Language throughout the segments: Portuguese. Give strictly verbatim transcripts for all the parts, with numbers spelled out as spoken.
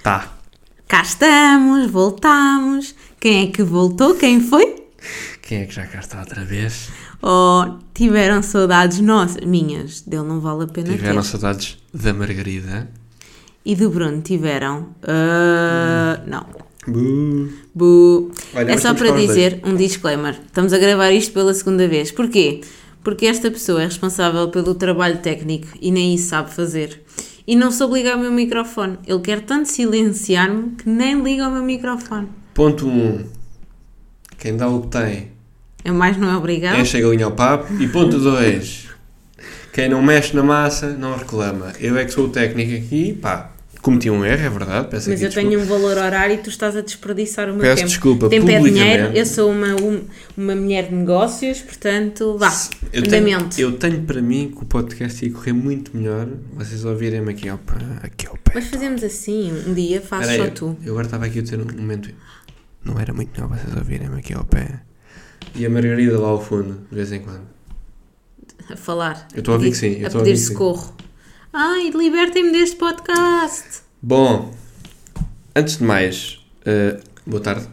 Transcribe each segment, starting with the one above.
Tá. Cá estamos, voltámos. Quem é que voltou? Quem foi? Quem é que já cá está outra vez? Oh, tiveram saudades nossas, minhas, dele não vale a pena Tiveram ter. saudades da Margarida. E do Bruno tiveram? Uh, não. Buh. Bu. Olha, É mas só temos para cá os dizer um disclaimer. Estamos a gravar isto pela segunda vez. Porquê? Porque esta pessoa é responsável pelo trabalho técnico e nem isso sabe fazer. E não soube ligar o meu microfone. Ele quer tanto silenciar-me que nem liga o meu microfone. Ponto um. Quem dá o que tem É mais não é obrigado? enche a galinha ao papo. E ponto dois. Quem não mexe na massa não reclama. Eu é que sou o técnico aqui. Pá, cometi um erro, é verdade. Peço Mas aqui eu desculpa. tenho um valor horário e tu estás a desperdiçar o meu Peço tempo. desculpa Tempo é publicamente. dinheiro, eu sou uma, um- uma mulher de negócios, portanto, vá, Eu tenho, andamento. eu tenho para mim que o podcast ia correr muito melhor vocês ouvirem-me aqui ao pé. Aqui ao pé. Mas fazemos assim, um dia fazes Espera só aí, tu. Eu agora estava aqui a ter um momento. Não era muito melhor vocês ouvirem-me aqui ao pé. E a Margarida lá ao fundo, de vez em quando. A falar. Eu estou a ouvir que sim. Eu A estou a pedir ouvir que sim. socorro. Ai, libertem-me deste podcast. Bom, antes de mais, uh, boa tarde.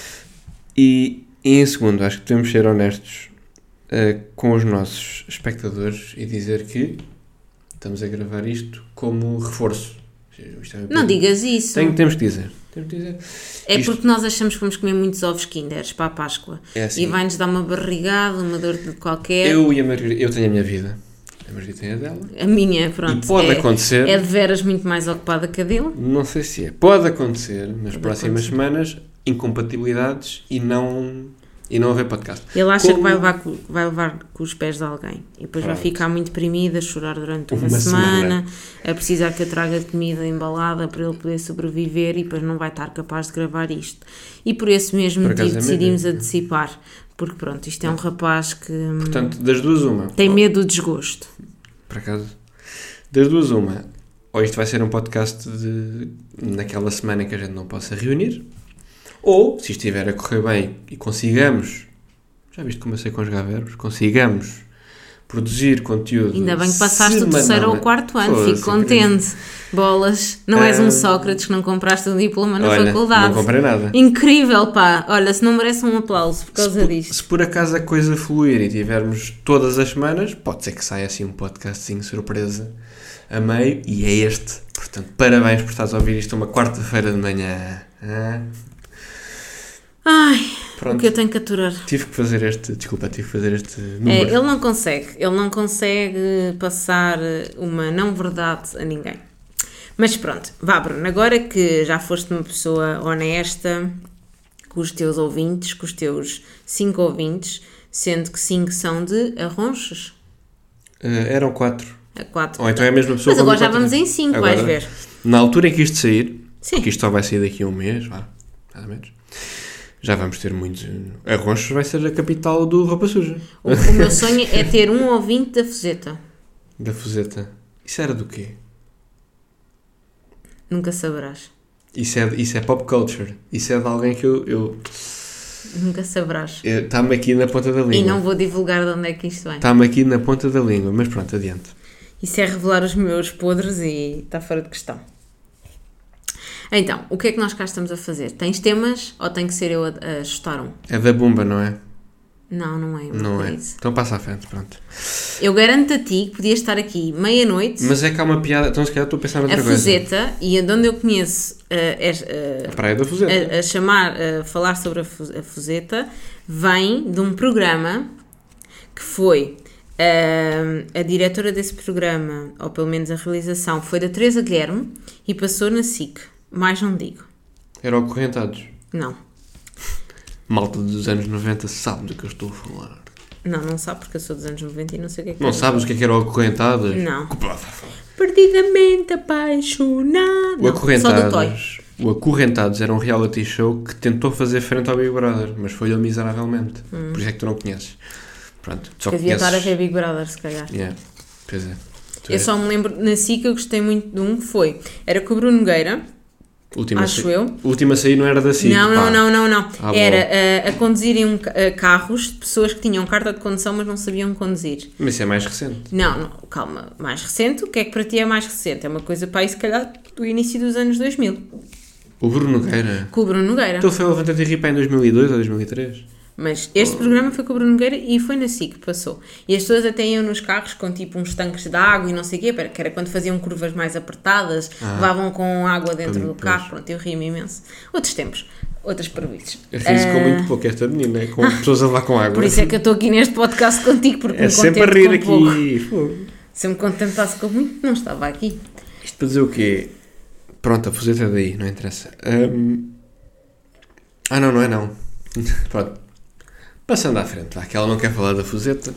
E, e em segundo, acho que devemos ser honestos uh, com os nossos espectadores e dizer que estamos a gravar isto como reforço. Isto é uma Não coisa- digas isso. Tem, temos que dizer. Temos que dizer. É Isto- porque nós achamos que vamos comer muitos ovos Kinders para a Páscoa. É assim. E vai-nos dar uma barrigada, uma dor de qualquer. Eu e a Margarida, eu tenho a minha vida. A Margarida tem a dela. A minha, pronto. E pode é, acontecer. É de veras muito mais ocupada que a dele. Não sei se é. Pode acontecer nas Pode próximas acontecer. semanas incompatibilidades e não, e não haver podcast. Ele acha Como- que vai levar, co- vai levar com os pés de alguém. E depois vai Pronto. ficar muito deprimida, a chorar durante uma, Uma semana, semana. a precisar que eu traga comida embalada para ele poder sobreviver e depois não vai estar capaz de gravar isto. E por esse mesmo Por motivo acaso é decidimos mesmo. antecipar. Porque pronto, isto é um rapaz que hum, Portanto, das duas uma. tem medo do desgosto. Por acaso. Das duas uma. Ou isto vai ser um podcast de, naquela semana em que a gente não possa reunir. Ou, se estiver a correr bem e consigamos, já viste como eu sei conjugar verbos? Consigamos produzir conteúdo. Ainda bem que passaste do terceiro ao semanalmente. quarto ano, Foda-se, fico contente. Bolas, não és Ah, um Sócrates que não compraste um diploma na Olha, faculdade. não comprei nada. Incrível, pá. Olha, se não merece um aplauso por causa se, disto. se por acaso a coisa fluir e tivermos todas as semanas, pode ser que saia assim um podcastzinho surpresa a meio, e é este. Portanto, parabéns por estares a ouvir isto uma quarta-feira de manhã. Ah, Ai, pronto, o que eu tenho que aturar. tive que fazer este, desculpa, tive que fazer este É, número. ele não consegue, ele não consegue passar uma não verdade a ninguém. Mas pronto, vá Bruno, agora que já foste uma pessoa honesta com os teus ouvintes, com os teus cinco ouvintes, sendo que cinco são de arronchos, Ah, eram quatro. a quatro. Ou então é a mesma pessoa. Mas agora com já quatro. vamos em cinco, Agora, vais ver. Na altura em que isto sair, Sim. porque isto só vai sair daqui a um mês, vá, mais ou menos, já vamos ter muitos. Arronchos vai ser a capital do Roupa Suja. O, o meu sonho é ter um ouvinte da Fuseta. Da Fuseta. Isso era do quê? Nunca saberás. Isso é, isso é pop culture. Isso é de alguém que eu... eu Nunca saberás. está-me aqui na ponta da língua. E não vou divulgar de onde é que isto vem. Está-me aqui na ponta da língua. Mas pronto, adiante. Isso é revelar os meus podres e está fora de questão. Então, o que é que nós cá estamos a fazer? Tens temas ou tem que ser eu a, a ajustar um? É da Bumba, não é? Não, não é. Não é. isso. Então passa à frente, pronto. Eu garanto a ti que podias estar aqui meia-noite, Mas é que há uma piada... Então se calhar estou a pensar noutra a coisa. Fuseta, e de onde eu conheço uh, és, uh, A Praia da Fuseta. a, a chamar, a falar sobre a, Fu- a Fuseta, vem de um programa que foi uh, a diretora desse programa, ou pelo menos a realização, foi da Teresa Guilherme e passou na S I C. Mais não digo. Era o Correntados. Não. Malta dos anos noventa sabe do que eu estou a falar. Não, não sabe porque eu sou dos anos noventa e não sei o que é que Não é. sabes o que é que era o Acorrentadas? Não. Perdidamente apaixonado. O Não, só do Toy. Acorrentados, o Acorrentados era um reality show que tentou fazer frente ao Big Brother, mas foi-lhe miseravelmente. Hum. Por isso é que tu não conheces. Pronto, tu só Que devia conheces... estar a ver Big Brother, se calhar. Yeah, pois é. Tu Eu és- só me lembro, na S I C eu gostei muito de um que foi, era com o Bruno Nogueira, Última acho sa- eu. Última sair não era da S I C, não, pá. não, não, não, não, Ah, era a, a conduzirem um, ca- a carros de pessoas que tinham carta de condução mas não sabiam conduzir. Mas isso é mais recente. Não, não, calma, mais recente, o que é que para ti é mais recente? É uma coisa para aí se calhar do início dos anos dois mil. O Bruno Nogueira? Com o Bruno Nogueira. Então foi ao Levanta-te e Ri pá, em dois mil e dois ou dois mil e três? Mas este oh. programa foi com o Bruno Nogueira e foi na S I C que passou. E as pessoas até iam nos carros com tipo uns tanques de água e não sei o quê, que era quando faziam curvas mais apertadas, ah. levavam com água dentro do carro, pois. Pronto, eu ria-me imenso. Outros tempos, outras parvoíces. Eu fiz uh... com muito pouco esta menina, com pessoas a levar com água. Por isso é que eu estou aqui neste podcast contigo, porque é me sempre a rir aqui. Pouco. Se eu me contentasse com muito, não estava aqui. Isto para dizer o quê? Pronto, a fuseta é daí, não interessa. Um... Ah não, não é não. Pronto. Passando à frente, lá, que ela não quer falar da fuseta.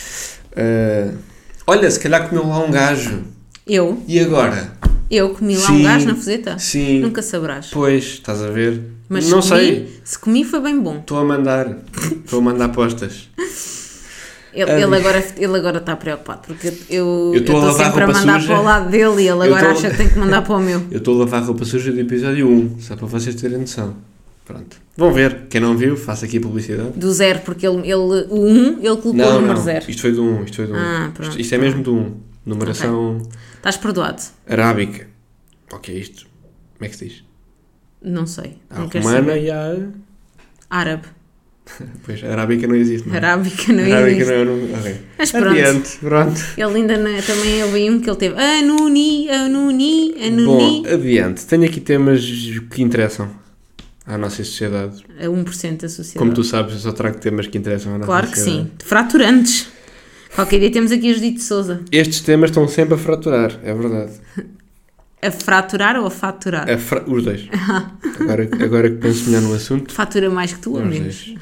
Uh, olha, se calhar comeu lá um gajo. Eu? E agora? Eu comi lá sim, um gajo na fuseta? Sim. Nunca saberás. Pois, estás a ver? Mas não se comi, sei. Se comi foi bem bom. Estou a mandar. Estou a mandar postas. Ele, um, ele, agora, ele agora está preocupado, porque eu estou sempre a mandar suja. Para o lado dele e ele agora tô, acha que tem que mandar para o meu. Eu estou a lavar roupa suja do episódio um, só para vocês terem noção. Pronto. Vão ver. Quem não viu, faça aqui a publicidade. Do zero, porque ele, ele, o um, ele colocou não, o número não. zero. Isto foi do um. Isto, foi do ah, um. Pronto, isto, isto é mesmo do um. Numeração... Okay. Estás perdoado. Arábica. Ok, isto. Como é que se diz? Não sei. A não romana e a... Árabe. Pois, a arábica não existe, não é? Arábica não arábica existe. Não, não, okay. Mas pronto. Adiante, pronto. Ele ainda não, também houve um que ele teve. Anuni, Anuni, Anuni. Bom, adiante. Tenho aqui temas que interessam à nossa sociedade. A um por cento da sociedade. Como tu sabes, eu só trago temas que interessam à nossa claro sociedade. Claro que sim. Fraturantes. Qualquer dia temos aqui a Judite Souza. Estes temas estão sempre a fraturar, é verdade. A fraturar ou a faturar? A fra... Os dois. agora, agora que penso melhor no assunto. Fatura mais que tu, ou menos?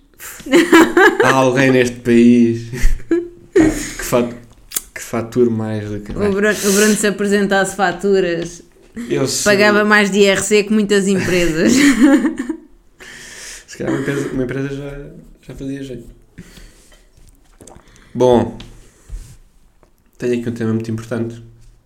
Há alguém neste país que, fat... que fature mais do que... O Bruno, o Bruno se apresentasse faturas, eu pagava sei. mais de I R C que muitas empresas. Se calhar uma empresa, uma empresa já, já fazia jeito. Bom, tenho aqui um tema muito importante.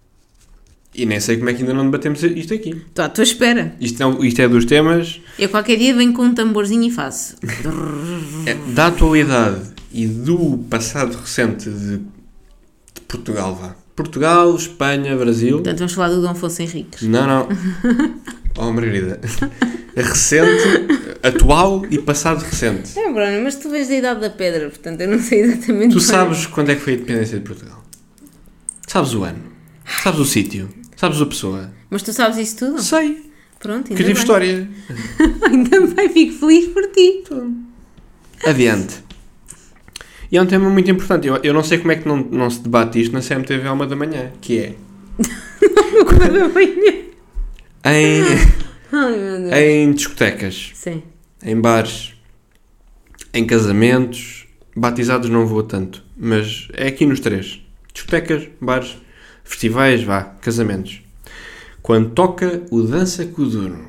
E nem sei como é que ainda não debatemos isto aqui. Estou à tua espera. Isto é, isto é dos temas... Eu qualquer dia venho com um tamborzinho e faço. É, da atualidade e do passado recente de, de Portugal, vá. Portugal, Espanha, Brasil... Portanto, vamos falar do Dom Afonso Henriques. Não, não. Oh, Margarida. Recente, atual e passado recente. É, Bruno, mas tu vês da Idade da Pedra, portanto eu não sei exatamente... Tu sabes quando é que foi a independência de Portugal? Sabes o ano? Sabes o sítio? Sabes a pessoa? Mas tu sabes isso tudo? Sei. Pronto, ainda que tive história. Ainda bem, fico feliz por ti. Adiante. E é um tema muito importante. Eu, eu não sei como é que não, não se debate isto na C M T V à uma da manhã, que é... uma da manhã? Em... Ai, meu Deus. Em discotecas. Sim. Em bares. Em casamentos. Batizados não vou tanto. Mas é aqui nos três. Discotecas, bares, festivais, vá, casamentos. Quando toca o Dança Kuduro.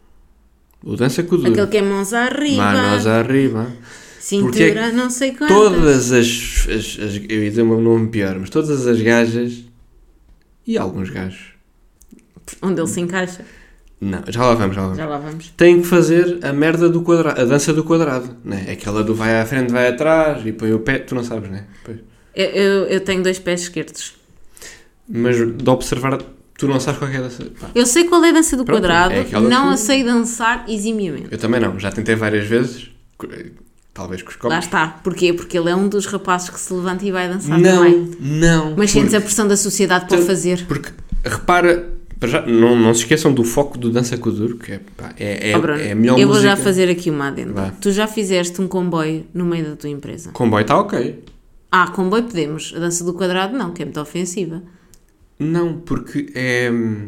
O Dança Kuduro. Aquele que é mãos arriba. Mãos arriba. Cintura, é não sei quantas. Todas as, as, as... Eu ia dizer um nome pior, mas todas as gajas e alguns gajos. Onde ele se encaixa. Não, já lá vamos, já lá vamos. Já lá vamos. Tem que fazer a merda do quadrado, a dança do quadrado, né? Aquela do vai à frente, vai atrás e põe o pé, tu não sabes, né? Pois. Eu, eu, eu tenho dois pés esquerdos. Mas de observar, tu não sabes qual é a dança. Pá. Eu sei qual é a dança do Pronto, quadrado, é não que... a sei dançar eximiamente. Eu também não, já tentei várias vezes, talvez com os copos. Lá está, porquê? Porque ele é um dos rapazes que se levanta e vai dançar não, também. Não, Mas sentes a pressão da sociedade para o fazer. Porque, repara... Já, não, não se esqueçam do foco do Dança Kuduro, que é, pá, é, é, oh, Bruno, é a melhor eu vou música. já fazer aqui uma adenda. Vai. Tu já fizeste um comboio no meio da tua empresa? Comboio está ok. Ah, comboio podemos. A dança do quadrado não, que é muito ofensiva. Não, porque é,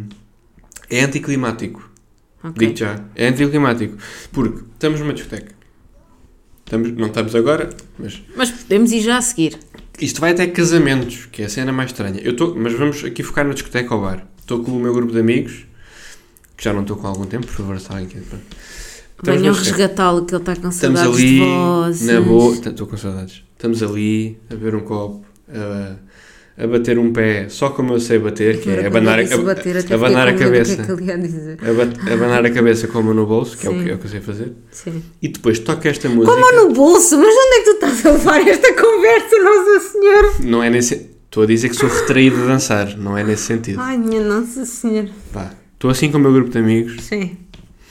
é anticlimático. Okay. Digo já. É anticlimático. Porque estamos numa discoteca. Estamos, não estamos agora, mas... Mas podemos ir já a seguir. Isto vai até casamentos, que é a cena mais estranha. Eu tô, mas vamos aqui focar na discoteca ou bar. Estou com o meu grupo de amigos, que já não estou com há algum tempo, por favor, está aqui. Venham resgatá-lo, que ele está com saudades Estamos ali, de vozes. na boa... Estou com saudades. Estamos ali, a beber um copo, a, a bater um pé, só como eu sei bater, que é abanar a, a, a, abanar a cabeça. Que é que ele ia dizer. A, bat, a abanar a cabeça com a mão no bolso, que é o, que é o que eu sei fazer. Sim. E depois toca esta música... Com a mão no bolso? Mas onde é que tu estás a levar esta conversa, Nossa Senhora? Não é nesse... Estou a dizer que sou retraído a dançar, não é nesse sentido. Ai, minha Nossa Senhora. Pá, estou assim com o meu grupo de amigos. Sim.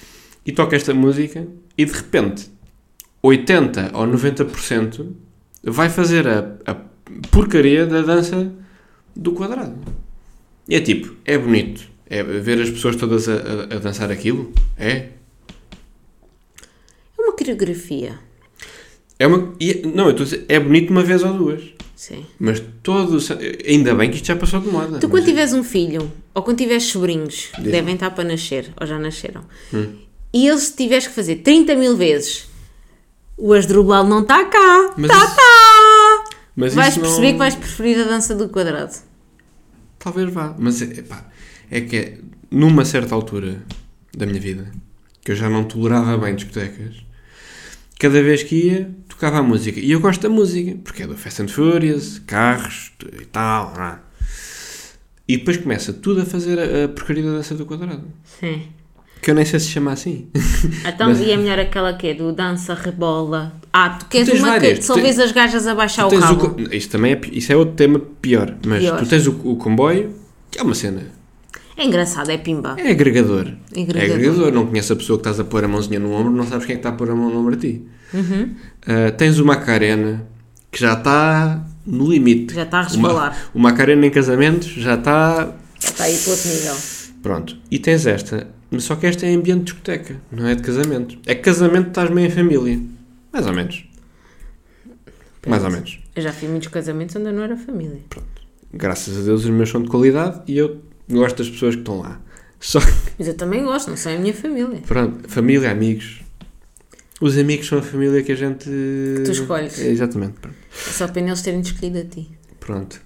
e toca esta música e de repente oitenta ou noventa por cento vai fazer a, a porcaria da dança do quadrado. E é tipo, é bonito. É ver as pessoas todas a, a, a dançar aquilo. É. É uma coreografia. É uma, não, eu estou a dizer, é bonito uma vez ou duas. Sim. Mas todo... Ainda bem que isto já passou de moda. Tu quando mas... tiveres um filho, ou quando tiveres sobrinhos, que Diz-me. devem estar para nascer, ou já nasceram, Hum. e eles tiveres que fazer trinta mil vezes, o Asdrubal não está cá. Mas Está, isso- está! Mas Vais isso perceber não... que vais preferir a dança do quadrado. Talvez vá. Mas, epá, é que é, numa certa altura da minha vida, que eu já não tolerava bem discotecas, cada vez que ia, tocava a música. E eu gosto da música, porque é do Fast and Furious, carros e tal. Ah. E depois começa tudo a fazer a, a porcaria da dança do quadrado. Sim. Que eu nem sei se chama assim. Então, Mas- e é melhor aquela que é do dança, rebola. Ah, tu queres tens uma várias, que tu só tens- vês as gajas a baixar Tu o tens o rabo. co- isto também é, pi- isso é outro tema pior. Mas Pior. tu tens o, o comboio, que é uma cena. É engraçado, é pimba. É agregador. Agregador. É agregador. Não conheces a pessoa que estás a pôr a mãozinha no ombro, não sabes quem é que está a pôr a mão no ombro a ti. Uhum. Uh, tens o Macarena, que já está no limite. Já está a resvalar. O Macarena em casamentos já está... Já está aí para outro nível. Pronto. E tens esta. Só que esta é ambiente de discoteca, não é de casamento. É que casamento estás meio em família. Mais ou menos. Mais ou menos. Eu já fiz muitos casamentos onde eu não era família. Graças a Deus os meus são de qualidade e eu gosto das pessoas que estão lá. Só que, Mas eu também gosto, não são a minha família. pronto, família, amigos. Os amigos são a família que a gente... Que tu escolhes. É, exatamente. Pronto. É só pena eles terem escolhido a ti. Pronto.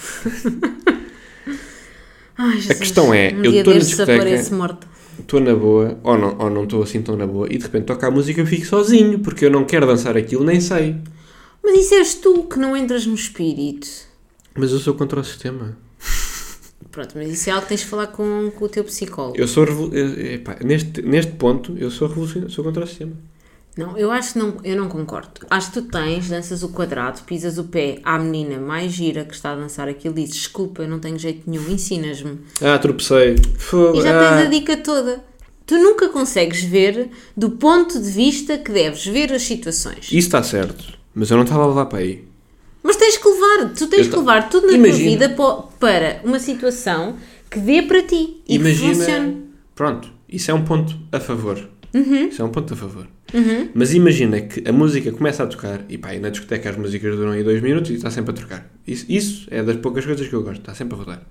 Ai, Jesus. questão é, um eu dia estou na destes discoteca- apareço morta. Estou na boa, ou não ou não estou assim tão na boa, e de repente toca a música e eu fico sozinho, porque eu não quero dançar aquilo, nem sei. Mas isso és tu que não entras no espírito. Mas eu sou contra o sistema. Pronto, mas isso é algo que tens de falar com, com o teu psicólogo. Eu sou... revol- eu- epá, neste, neste ponto, eu sou revolucionário, sou contra o sistema. Não, eu acho que não, eu não concordo. Acho que tu tens, danças o quadrado, pisas o pé à menina mais gira que está a dançar aquilo e dizes, desculpa, eu não tenho jeito nenhum, ensinas-me. Ah, tropecei. Fogo. E já ah. tens a dica toda. Tu nunca consegues ver do ponto de vista que deves ver as situações. Isso está certo, mas eu não estava a levar para aí. Mas tens que levar, tu tens Eu que ta- levar tudo na Imagina. tua vida po- para uma situação que dê para ti e que funcione. Imagina... Pronto, isso é um ponto a favor. Uhum. Isso é um ponto a favor. Uhum. Mas imagina que a música começa a tocar e pá, e na discoteca as músicas duram aí dois minutos e está sempre a trocar. Isso, isso é das poucas coisas que eu gosto, está sempre a rodar.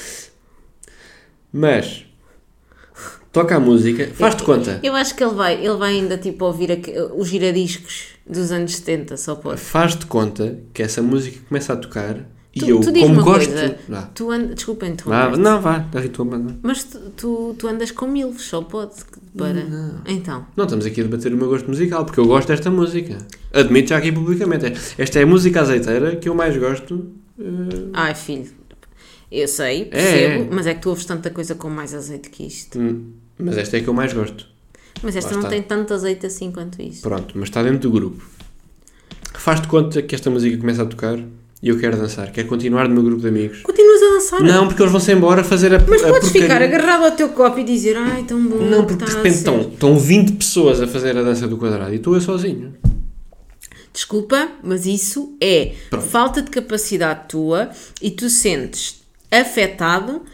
Mas toca a música, faz-te conta. Eu acho que ele vai, ele vai ainda tipo ouvir aqu- os giradiscos dos anos setenta, só pode. Faz-te conta que essa música começa a tocar e Tu, eu, tu diz como uma gosto. coisa, Vá. tu and... desculpa Vá, interromper, não, vá, da Rita Urbana. mas tu, tu, tu andas com milves, só pode para. Não. Então, Não estamos aqui a debater o meu gosto musical, porque eu gosto desta música. Admito já aqui publicamente. Esta é a música azeiteira que eu mais gosto. eh, ai filho, eu sei, É, percebo, é. mas é que tu ouves tanta coisa com mais azeite que isto. hum, mas esta é a que eu mais gosto. Mas esta Lá não está. tem tanto azeite assim quanto isto. Pronto, mas está dentro do grupo. Faz-te conta que esta música começa a tocar e eu quero dançar. Quero continuar no meu grupo de amigos. Continuas a dançar? Não, porque eles vão-se embora fazer a Mas a podes porcaria. ficar agarrado ao teu copo e dizer, ai, tão bom. Não, que porque de está a repente ser." estão, estão vinte pessoas a fazer a dança do quadrado e estou eu sozinho. Desculpa, mas isso é Pronto. falta de capacidade tua e tu sentes afetado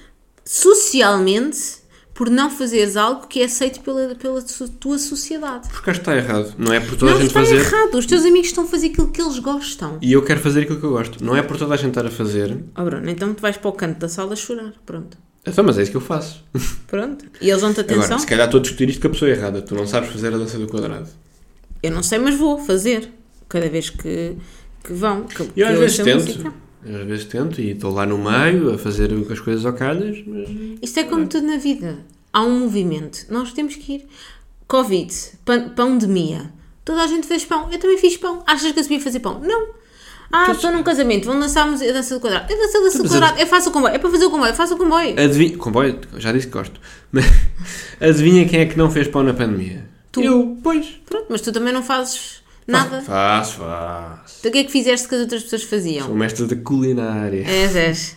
socialmente por não fazeres algo que é aceito pela, pela su- tua sociedade. Porque acho que está errado. Não é por toda Não a gente está fazer. errado, os teus amigos estão a fazer aquilo que eles gostam. E eu quero fazer aquilo que eu gosto. Não é por toda a gente estar a fazer. Oh Bruno, então tu vais para o canto da sala chorar, pronto. Então, mas é isso que eu faço. Pronto. E eles dão-te atenção? Agora, se calhar estou a discutir isto com a pessoa errada. Tu não sabes fazer a dança do quadrado. Eu não sei, mas vou fazer. Cada vez que, que vão. Que, que Eu às vezes ouço a tento. música. Eu às vezes tento e estou lá no meio a fazer as coisas ao calhas, mas... Isto é como tudo na vida. Há um movimento. Nós temos que ir. Covid, pan- pandemia. Toda a gente fez pão. Eu também fiz pão. Achas que eu sabia fazer pão? Não. Ah, estou num casamento. Vão dançar a música- a dança do quadrado. Eu danço a dança do Mas quadrado. Eu faço o comboio. É para fazer o comboio. Eu faço o comboio. Adivinha... Comboio, já disse que gosto. Mas adivinha quem é que não fez pão na pandemia? Tu. Eu, pois. Pronto, mas tu também não fazes nada. Faço, faço. Então o que é que fizeste que as outras pessoas Sou faziam? mestre da culinária. És, és.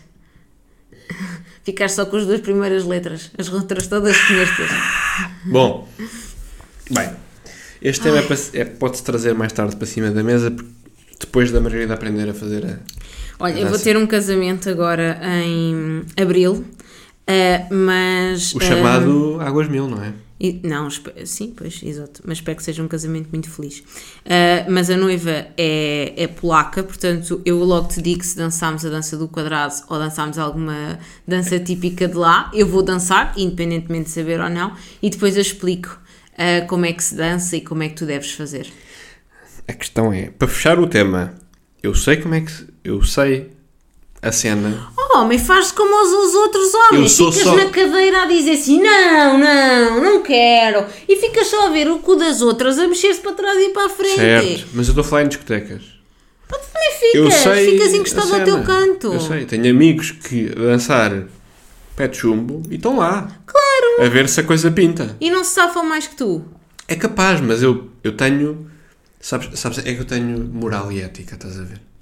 Ficaste só com as duas primeiras letras. As outras todas conheceste. Bom, Bem, este tema é para, é, pode-se trazer mais tarde para cima da mesa, depois da Margarida aprender a fazer a... Olha, eu vou ter um casamento agora em abril, uh, mas... O chamado uh, Águas Mil, não é? E, não, sim, pois, exato, mas espero que seja um casamento muito feliz. Uh, mas a noiva é, é polaca, portanto eu logo te digo se dançarmos a dança do quadrado ou dançarmos alguma dança típica de lá, eu vou dançar, independentemente de saber ou não, e depois eu explico uh, como é que se dança e como é que tu deves fazer. A questão é, para fechar o tema, eu sei como é que... Eu sei... a cena. Oh, homem, faz como os, os outros homens. Ficas só... na cadeira a dizer assim, não, não, não quero. E ficas só a ver o cu das outras a mexer-se para trás e para a frente. Certo, mas eu estou a falar em discotecas. Pô, tu também ficas, eu sei ficas encostado ao teu canto. Eu sei, tenho amigos que dançar pé de chumbo e estão lá. Claro. A ver se a coisa pinta. E não se safam mais que tu. É capaz, mas eu, eu tenho... Sabes, sabes, é que eu tenho moral e ética, estás a ver?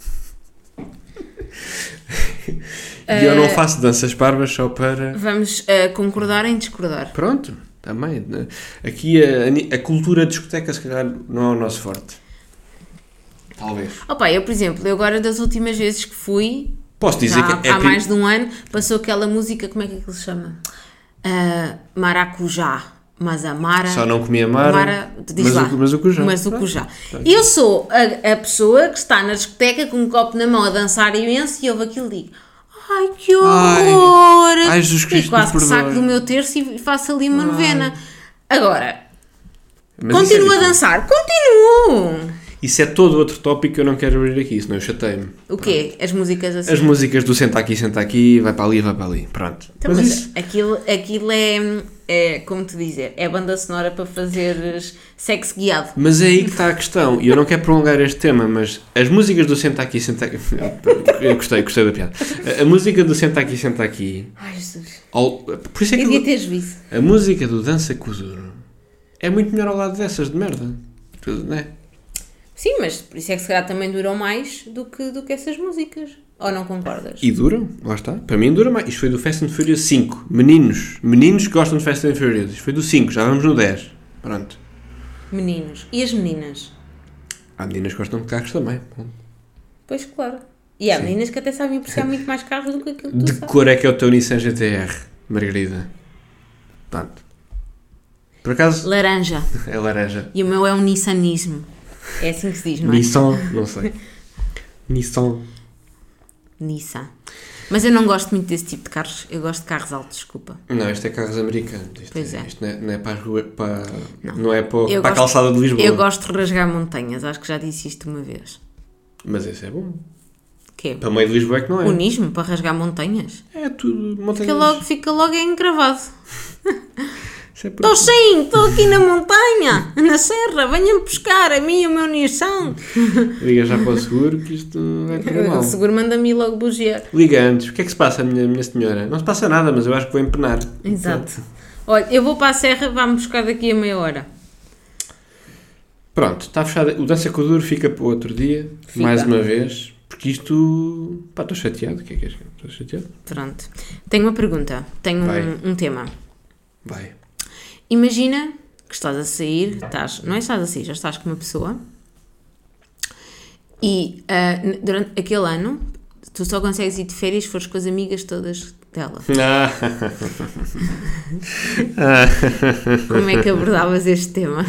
E eu não faço danças parvas só para... Vamos uh, concordar em discordar. Pronto, também. Aqui a, a cultura de discoteca se calhar não é o nosso forte. Talvez. Opa, eu por exemplo, eu agora das últimas vezes que fui... Posso dizer já, que é... Há mais de um ano passou aquela música, como é que aquilo se chama? Uh, maracujá. Mas a Mara... Só não comia Mara, Mara diz mas, lá, o, mas o cujá. Mas o cujá. Eu sou a, a pessoa que está na discoteca com um copo na mão a dançar imenso e ouve aquilo e digo, ai que horror! Ai, ai Jesus Cristo, e quase que saco do meu terço e faço ali uma ai. novena. Agora, mas continuo é a dançar. Continuo! Isso é todo outro tópico que eu não quero abrir aqui, senão eu chatei-me. O quê? As músicas assim? As músicas do senta aqui, senta aqui, vai para ali, vai para ali. Pronto. Então, mas mas isso... aquilo, aquilo é, é, como te dizer, é banda sonora para fazeres sexo guiado. Mas é aí que está a questão, e eu não quero prolongar este tema, mas as músicas do senta aqui, senta aqui... Eu gostei, gostei da piada. A, a música do senta aqui, senta aqui... Ai, Jesus. Ao, por isso é que eu devia ter juízo. A música do Dança Kuduro é muito melhor ao lado dessas de merda. Não é? Sim, mas por isso é que se calhar também duram mais do que, do que essas músicas. Ou não concordas? E duram, lá está. Para mim dura mais. Isto foi do Fast and Furious cinco. Meninos. Meninos que gostam de Fast and Furious. Isto foi do cinco, já vamos no dez. Pronto. Meninos. E as meninas? Há meninas que gostam de carros também. Pronto. Pois, claro. E há Sim. meninas que até sabem apreciar muito mais carros do que aquilo que tu De sabes. cor é que é o teu Nissan G T R, Margarida? Pronto. Por acaso... Laranja. É laranja. E o meu é um Nissanismo. É assim que se diz, não é? Nissan, não sei. Nissan. Nissan. Mas eu não gosto muito desse tipo de carros. Eu gosto de carros altos, desculpa. Não, isto é carros americanos. Isto pois é. é. Isto não é, não é para, a rua, para, não. Não é para, para gosto, a calçada de Lisboa. Eu gosto de rasgar montanhas. Acho que já disse isto uma vez. Mas esse é bom. Quê? Para o meio de Lisboa é que não é. O nismo, para rasgar montanhas? É tudo montanhas. Fica logo, fica logo encravado. Estou é sim, estou aqui na montanha, na serra, venham-me pescar a mim e o meu Nissan. Liga já para o seguro que isto vai correr mal. O seguro manda-me logo bugiar. Liga antes, o que é que se passa, minha, minha senhora? Não se passa nada, mas eu acho que vou empenar. Exato. Pronto. Olha, eu vou para a serra, vá-me buscar daqui a meia hora. Pronto, está fechado. O Dança Kuduro fica para o outro dia, fica. Mais uma vez, porque isto... Pá, estou chateado, o que é que és? Estou chateado. Pronto. Tenho uma pergunta, tenho um, um tema. Vai. Imagina que estás a sair, estás, não é estás a sair, já estás com uma pessoa e uh, durante aquele ano tu só consegues ir de férias se fores com as amigas todas dela. Como é que abordavas este tema?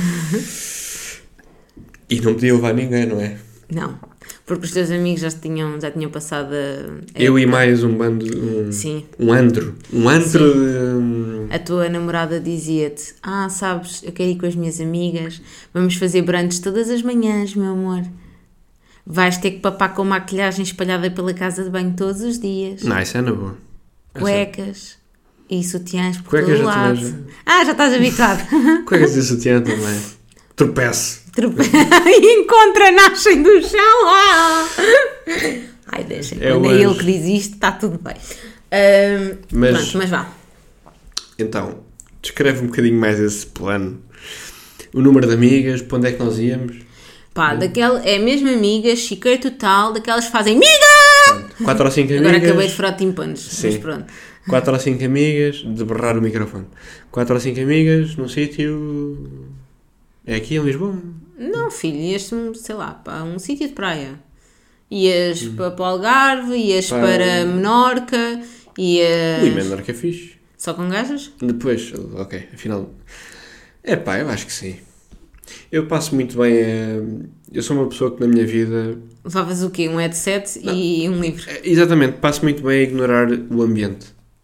E não podia levar ninguém, não é? Não, porque os teus amigos já tinham, já tinham passado a... Eu e mais um bando, um, Sim. um andro, um andro... Um... A tua namorada dizia-te, ah, sabes, eu quero ir com as minhas amigas, vamos fazer brunch todas as manhãs, meu amor. Vais ter que papar com maquilhagem espalhada pela casa de banho todos os dias. Não, isso é na boa. Cuecas e sutiãs por Cuecas todo lado. Já... Ah, já estás habituado. Cuecas e sutiã também. Tropeço. Tropeço. E encontra, nascem do chão. Ah! Ai, deixa. É Quando hoje. É ele que diz isto, está tudo bem. Uh, mas, pronto, mas vá. Então, descreve um bocadinho mais esse plano. O número de amigas, para onde é que nós íamos? Pá, é. daquela, é mesmo amigas, chiqueiro total, daquelas que fazem amiga! Quatro ou cinco amigas. Agora acabei de furar tímpanos, Sim. Mas pronto. Quatro ou cinco amigas, de berrar o microfone. Quatro ou cinco amigas num sítio... É aqui em Lisboa? Não, filho, ias, sei lá, para um sítio de praia. Ias hum. para, para o Algarve, ias para, para Menorca, ias... Ui, Menorca é fixe. Só com gajas? Depois, ok, afinal... É pá, eu acho que sim. Eu passo muito bem a... Eu sou uma pessoa que na minha vida... Levavas o quê? Um headset Não. e um livro? Exatamente, passo muito bem a ignorar o ambiente.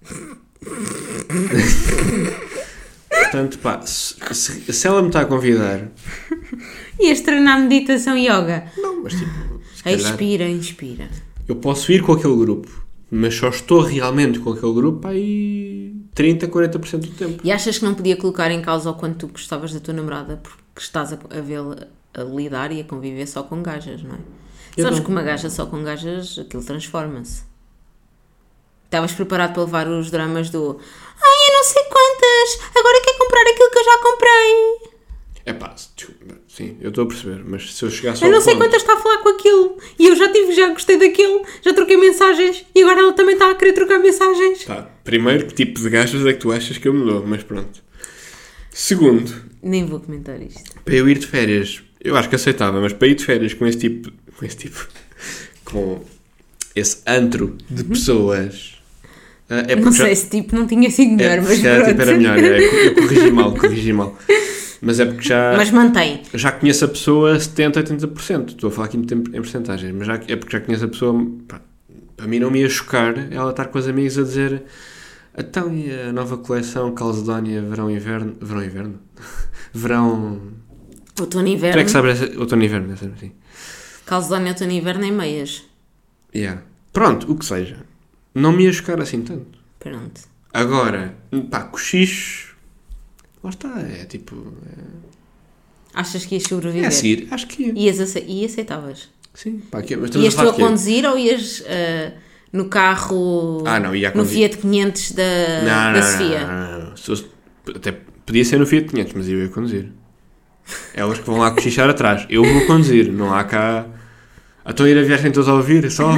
Portanto, pá, se, se, se ela me está a convidar... Ias treinar meditação e yoga? Não, mas tipo... Expira, inspira. Eu posso ir com aquele grupo, mas só estou realmente com aquele grupo aí trinta, quarenta por cento do tempo. E achas que não podia colocar em causa o quanto tu gostavas da tua namorada porque estás a, a vê-la a lidar e a conviver só com gajas, não é? Eu Sabes não. que uma gaja só com gajas, aquilo transforma-se. Estavas preparado para levar os dramas do ai, eu não sei quantas, agora quer comprar aquilo que eu já comprei. É pá, sim, eu estou a perceber, mas se eu chegar só eu não sei ponto... quantas está a falar com aquilo e eu já tive, já gostei daquilo, já troquei mensagens e agora ela também está a querer trocar mensagens. Tá, primeiro, que tipo de gajas é que tu achas que eu me dou, mas pronto. Segundo, nem vou comentar isto. Para eu ir de férias, eu acho que aceitava, mas para ir de férias com esse tipo, com esse tipo, com esse antro de pessoas... É não sei, já... esse tipo não tinha sido melhor, é, mas pronto. Tipo era melhor, é, eu corrigi mal, corrigi mal. Mas é porque já... Mas mantém. Já conheço a pessoa setenta, oitenta por cento. Estou a falar aqui em, em porcentagens. Mas já, é porque já conheço a pessoa... Pá, para mim não me ia chocar ela estar com os amigos a dizer... Então, e a nova coleção Calcedónia Verão-Inverno... Verão-Inverno? Verão... Outono-Inverno. Tu é que sabes essa... Outono-Inverno, é sempre assim. Calcedónia Outono-Inverno em meias. Yeah. Pronto, o que seja. Não me ia chocar assim tanto. Pronto. Agora, pá, cochichos... Lá está, é tipo... É... Achas que ias sobreviver? É a seguir, acho que ia. Ias ace... E aceitavas? Sim. Pá, aqui, mas ias a tu a conduzir é? Ou ias uh, no carro... Ah, não, ia a no Fiat quinhentos da, não, da não, Sofia? Não, não, não, não. Até podia ser no Fiat quinhentos, mas eu ia conduzir. Elas que vão lá cochichar atrás. Eu vou conduzir, não há cá... Então ir a viagem todos a ouvir, só...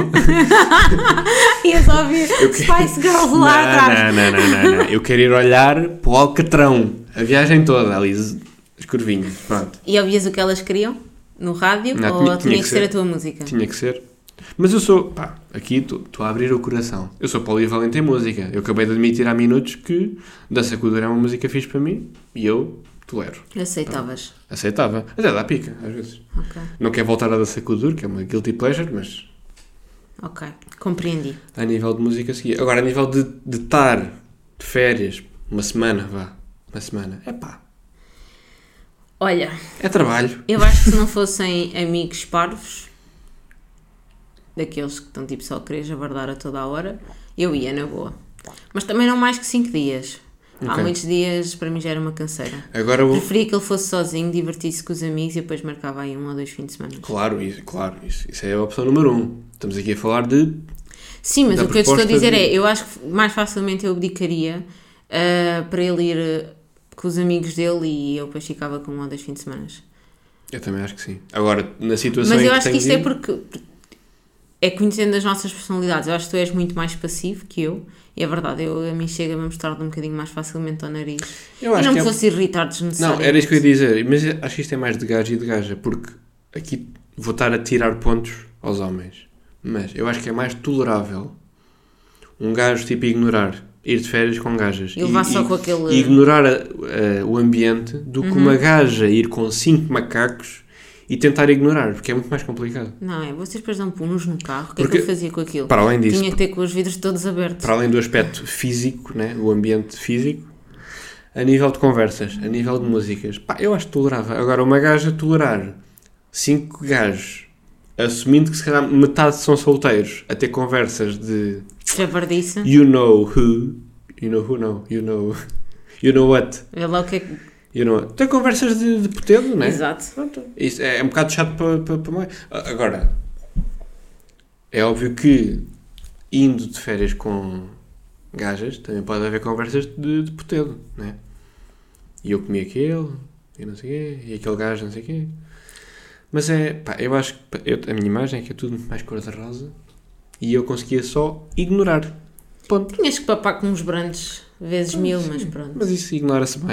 Ias a ouvir que... Spice Girls lá não, atrás. Não, não, não, não, não. Eu quero ir olhar para o Alcatrão. A viagem toda, ali, as curvinhas, pronto. E ouvias o que elas queriam? No rádio? Não, ou tinha, tinha, tinha que, que ser, ser a tua música? Tinha que ser. Mas eu sou... Pá, aqui estou a abrir o coração. Eu sou polivalente em música. Eu acabei de admitir há minutos que Dança com o Dor é uma música fixe para mim e eu... tolero. Aceitavas? Pronto. Aceitava. Mas é da pica, às vezes. Okay. Não quero voltar a Dança com o Dor, que é uma guilty pleasure, mas... Ok, compreendi. A nível de música seguia. Agora, a nível de, de estar de férias, uma semana, vá, uma semana, é pá. Olha... É trabalho. Eu acho que se não fossem amigos parvos, daqueles que estão tipo só a querer jabardar a toda a hora, eu ia na boa. Mas também não mais que cinco dias. Okay. Há muitos dias, para mim já era uma canseira. Agora vou... Preferia que ele fosse sozinho, divertisse com os amigos e depois marcava aí um ou dois fins de semana. Claro, isso, claro isso, isso é a opção número um. Estamos aqui a falar de... Sim, mas o que eu te estou a dizer de... é, eu acho que mais facilmente eu abdicaria uh, para ele ir uh, com os amigos dele e eu depois ficava com um ou dois fins de semana. Eu também acho que sim. Agora, na situação mas em eu que acho que isto de... é porque... É conhecendo as nossas personalidades. Eu acho que tu és muito mais passivo que eu. E é verdade, eu, a mim chega-me a mostrar-te um bocadinho mais facilmente ao nariz. Eu acho e não me é... fosse irritar desnecessariamente. Não, era isso que eu ia dizer. Mas acho que isto é mais de gajo e de gaja. Porque aqui vou estar a tirar pontos aos homens. Mas eu acho que é mais tolerável um gajo tipo ignorar, ir de férias com gajas. E levar e, só e, com aquele... E ignorar a, a, o ambiente do que uhum. uma gaja ir com cinco macacos e tentar ignorar, porque é muito mais complicado. Não, é, vocês depois dão punos no carro, o que é que eu fazia com aquilo? Para além disso... Tinha que ter com os vidros todos abertos. Para além do aspecto físico, né, o ambiente físico, a nível de conversas, a nível de músicas, pá, eu acho que tolerava. Agora, uma gaja tolerar cinco gajos, assumindo que se calhar metade são solteiros, a ter conversas de... Javardice. You know who, you know who, no, you know, you know what. Vê lá o que é que... You know, tem conversas de, de putedo, não é? Exato. Pronto. Isso é, é um bocado chato para, para, para mãe. Agora, é óbvio que indo de férias com gajas também pode haver conversas de, de putedo, não é? E eu comi aquele, e não sei o quê, e aquele gajo não sei o quê. Mas é, pá, eu acho que eu, a minha imagem é que é tudo mais cor-de-rosa e eu conseguia só ignorar. Ponto. Tinhas que papar com uns brandos vezes ah, mil, sim. Mas pronto. Mas isso ignora-se bem.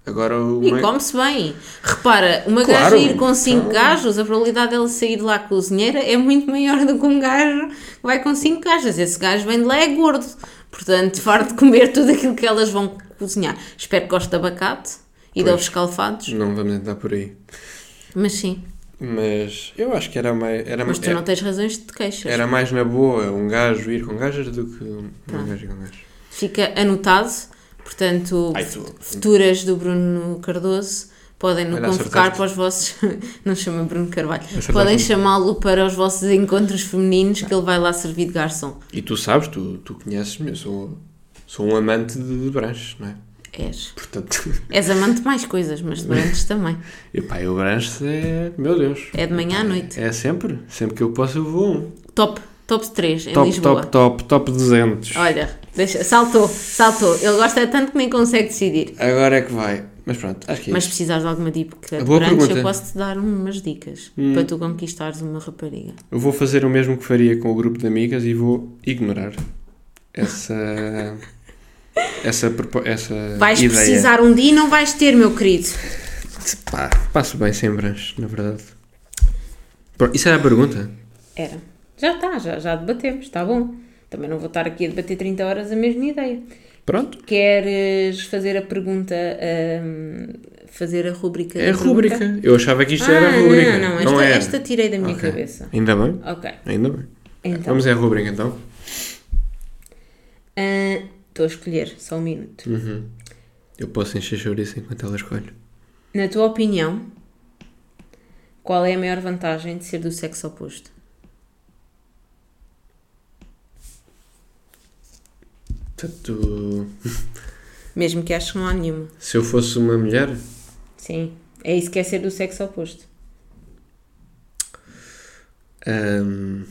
Agora o E meio- come-se bem. Repara, uma Claro, gaja ir com cinco claro. gajos, a probabilidade dela sair de lá cozinheira é muito maior do que um gajo que vai com cinco gajas. Esse gajo vem de lá é gordo. Portanto, farto de comer tudo aquilo que elas vão cozinhar. Espero que goste de abacate e de Pois. ovos escalfados. Não vamos entrar por aí. Mas sim. Mas eu acho que era mais. Era, Mas tu era, não tens razões de te queixas. era mais na boa um gajo ir com gajas do que um gajo ir com gajo. Fica anotado. Portanto, Ai, tu- futuras do Bruno Cardoso podem no Olha, convocar acertaste. para os vossos. Não chama Bruno Carvalho. Acertaste. Podem chamá-lo para os vossos encontros femininos que ele vai lá servir de garçom. E tu sabes, tu, tu conheces-me, eu sou, sou um amante de, de branches, não é? És. Portanto, És amante de mais coisas, mas de branches também. epá, eu branches é. Meu Deus. É de manhã à Epá, noite. É, é sempre. Sempre que eu posso eu vou a um. Top. Top três em Top, Lisboa. top, top, top duzentos. Olha, deixa, saltou, saltou. Ele gosta tanto que nem consegue decidir. Agora é que vai. Mas pronto, acho que é Mas se isto. precisares de alguma dica de Boa branches, pergunta. eu posso-te dar umas dicas Hum. para tu conquistares uma rapariga. Eu vou fazer o mesmo que faria com o grupo de amigas e vou ignorar essa. essa, propo- essa Vais ideia. precisar um dia e não vais ter, meu querido. Pá, passo bem sem branches, na verdade. Pronto, isso era a pergunta? Era. Já está, já, já debatemos, está bom. Também não vou estar aqui a debater trinta horas a mesma ideia. Pronto. Queres fazer a pergunta, hum, fazer a rúbrica É a da pergunta? rúbrica. Eu achava que isto Ah, era a rúbrica. não, não, esta, era. esta tirei da minha Ok. cabeça. Ainda bem. Ok, Ainda bem. então. Vamos à rúbrica então. ah, Estou a escolher, só um minuto. Uhum. Eu posso encher chouriço enquanto ela escolhe. Na tua opinião, qual é a maior vantagem de ser do sexo oposto? Portanto, Mesmo que aches que não há nenhuma. se eu fosse uma mulher, Sim, é isso que é ser do sexo oposto. hum,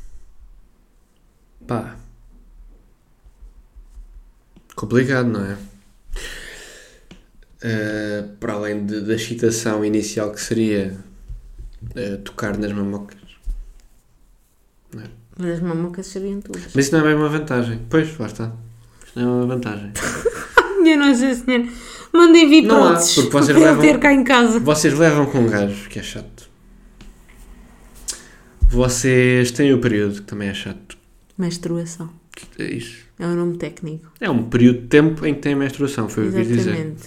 pá, complicado, não é? Uh, para além de, da excitação inicial que seria uh, tocar nas mamocas. Mas as mamocas sabiam tudo. Mas isso não é bem uma vantagem. Pois, lá está. Isto não é uma vantagem. Minha Nossa Senhora, mandem vir Não há, próteses porque vocês para eu levam- ter cá em casa. Vocês levam com um gajo, que é chato. Vocês têm o período, que também é chato. Menstruação. É isso. É o nome técnico. É um período de tempo em que tem menstruação, foi o que eu quis dizer. Exatamente.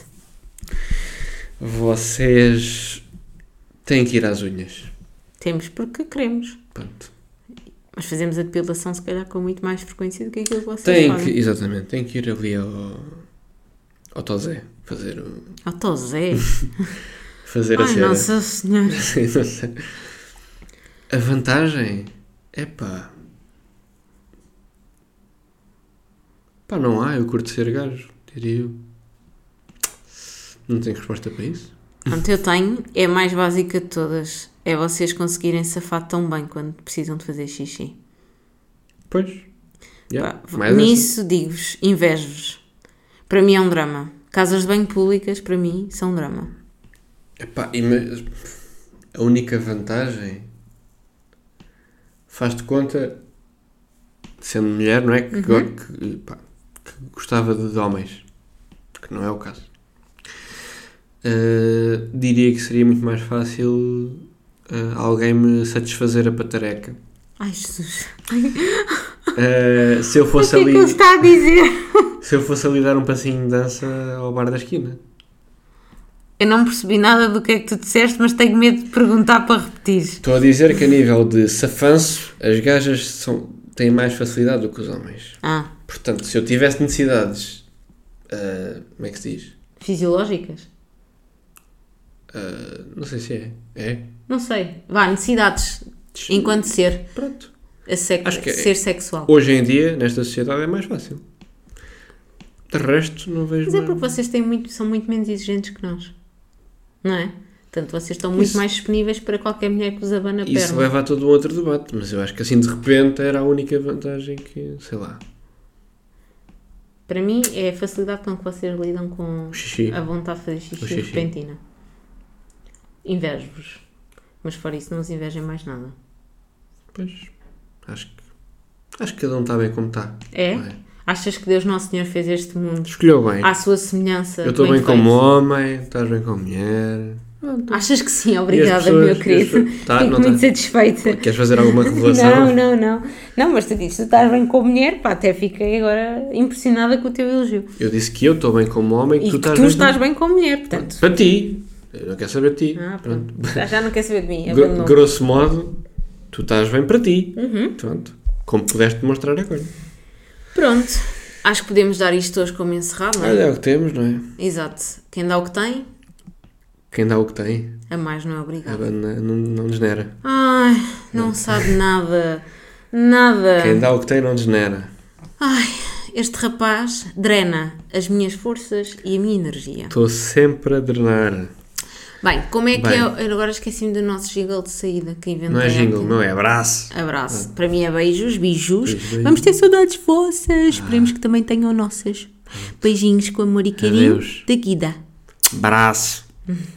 Vocês têm que ir às unhas. Temos porque queremos. Pronto. Mas fazemos a depilação se calhar com muito mais frequência do que aquilo que vocês Têm fazem. que, exatamente, têm que ir ali ao, ao Tozé fazer, o, Oh, Tozé. fazer a Ai, cena. Nossa Senhora. Não sei. A vantagem é pá. Pá, não há, eu curto ser gajo, diria eu. Não tenho resposta para isso. Pronto, eu tenho. É a mais básica de todas. É vocês conseguirem safar tão bem quando precisam de fazer xixi. Pois. Yeah, Pá, mais nisso digo-vos, invejo-vos. Para mim é um drama. Casas de banho públicas, para mim, são um drama. essa. Epá, e me- a única vantagem faz-te conta, sendo mulher, não é? Que, Uhum. que, pá, que gostava de, de homens. Que não é o caso. Uh, diria que seria muito mais fácil uh, alguém me satisfazer a patareca. Ai, Jesus. Uh, se eu O fosse que é que ali ele está a dizer? se eu fosse ali dar um passinho de dança ao bar da esquina. Eu não percebi nada do que é que tu disseste, mas tenho medo de perguntar para repetir. Estou a dizer que a nível de safanço as gajas são, têm mais facilidade do que os homens. Ah, Portanto, se eu tivesse necessidades, uh, como é que se diz? fisiológicas? Uh, não sei se é. É? Não sei. Vá, necessidades. Enquanto ser. Pronto. A sec- Acho que é- ser sexual. Hoje em dia, nesta sociedade, é mais fácil. De resto, não vejo Mas é nada. porque vocês têm muito, são muito menos exigentes que nós. Não é? Portanto, vocês estão muito Isso- mais disponíveis para qualquer mulher que vos abana a Isso perna. leva a todo um outro debate, mas eu acho que assim de repente era a única vantagem que, sei lá, Para mim, é a facilidade com que vocês lidam com o xixi. a vontade de fazer xixi, O xixi. repentina. Invejo-vos. Mas fora isso, não os invejem mais nada. Pois, acho que, acho que cada um está bem como está. É? não é? Achas que Deus Nosso Senhor fez este mundo Escolheu bem. à sua semelhança? Eu estou bem feito? como homem, estás bem como mulher. Pronto. Achas que sim? Obrigada, pessoas- meu e as querido. pessoas- tá, Fico não muito tá. satisfeita. Queres fazer alguma revelação? Não, não, não. Não, mas tu dizes, tu estás bem com a mulher, pá, até fiquei agora impressionada com o teu elogio. Eu disse que eu estou bem como homem e E tu que estás tu bem estás como... bem com a mulher, portanto. Para ti. Eu não quero saber de ti. Ah, pronto. Já, já não quer saber de mim, Gro- abandonou. grosso modo, tu estás bem para ti. Uhum. Pronto. Como pudeste demonstrar agora. Pronto. Acho que podemos dar isto hoje como encerrado, não é? Olha, é o que temos, não é? Exato. Quem dá o que tem, Quem dá o que tem, a mais não é a obrigado. banda não, não desnera. Ai, não sabe nada. Nada. Quem dá o que tem não desnera. Ai, este rapaz drena as minhas forças e a minha energia. Estou sempre a drenar. Bem, como é que Bem. é? Eu agora esqueci-me do nosso jingle de saída que inventei. Não é jingle, aqui. não é abraço. Abraço. Para mim é beijos, beijos. Beijo, beijo. Vamos ter saudades vossas. Esperemos que também tenham nossas. Beijinhos com amor e carinho. Adeus. Da Guida. Abraço.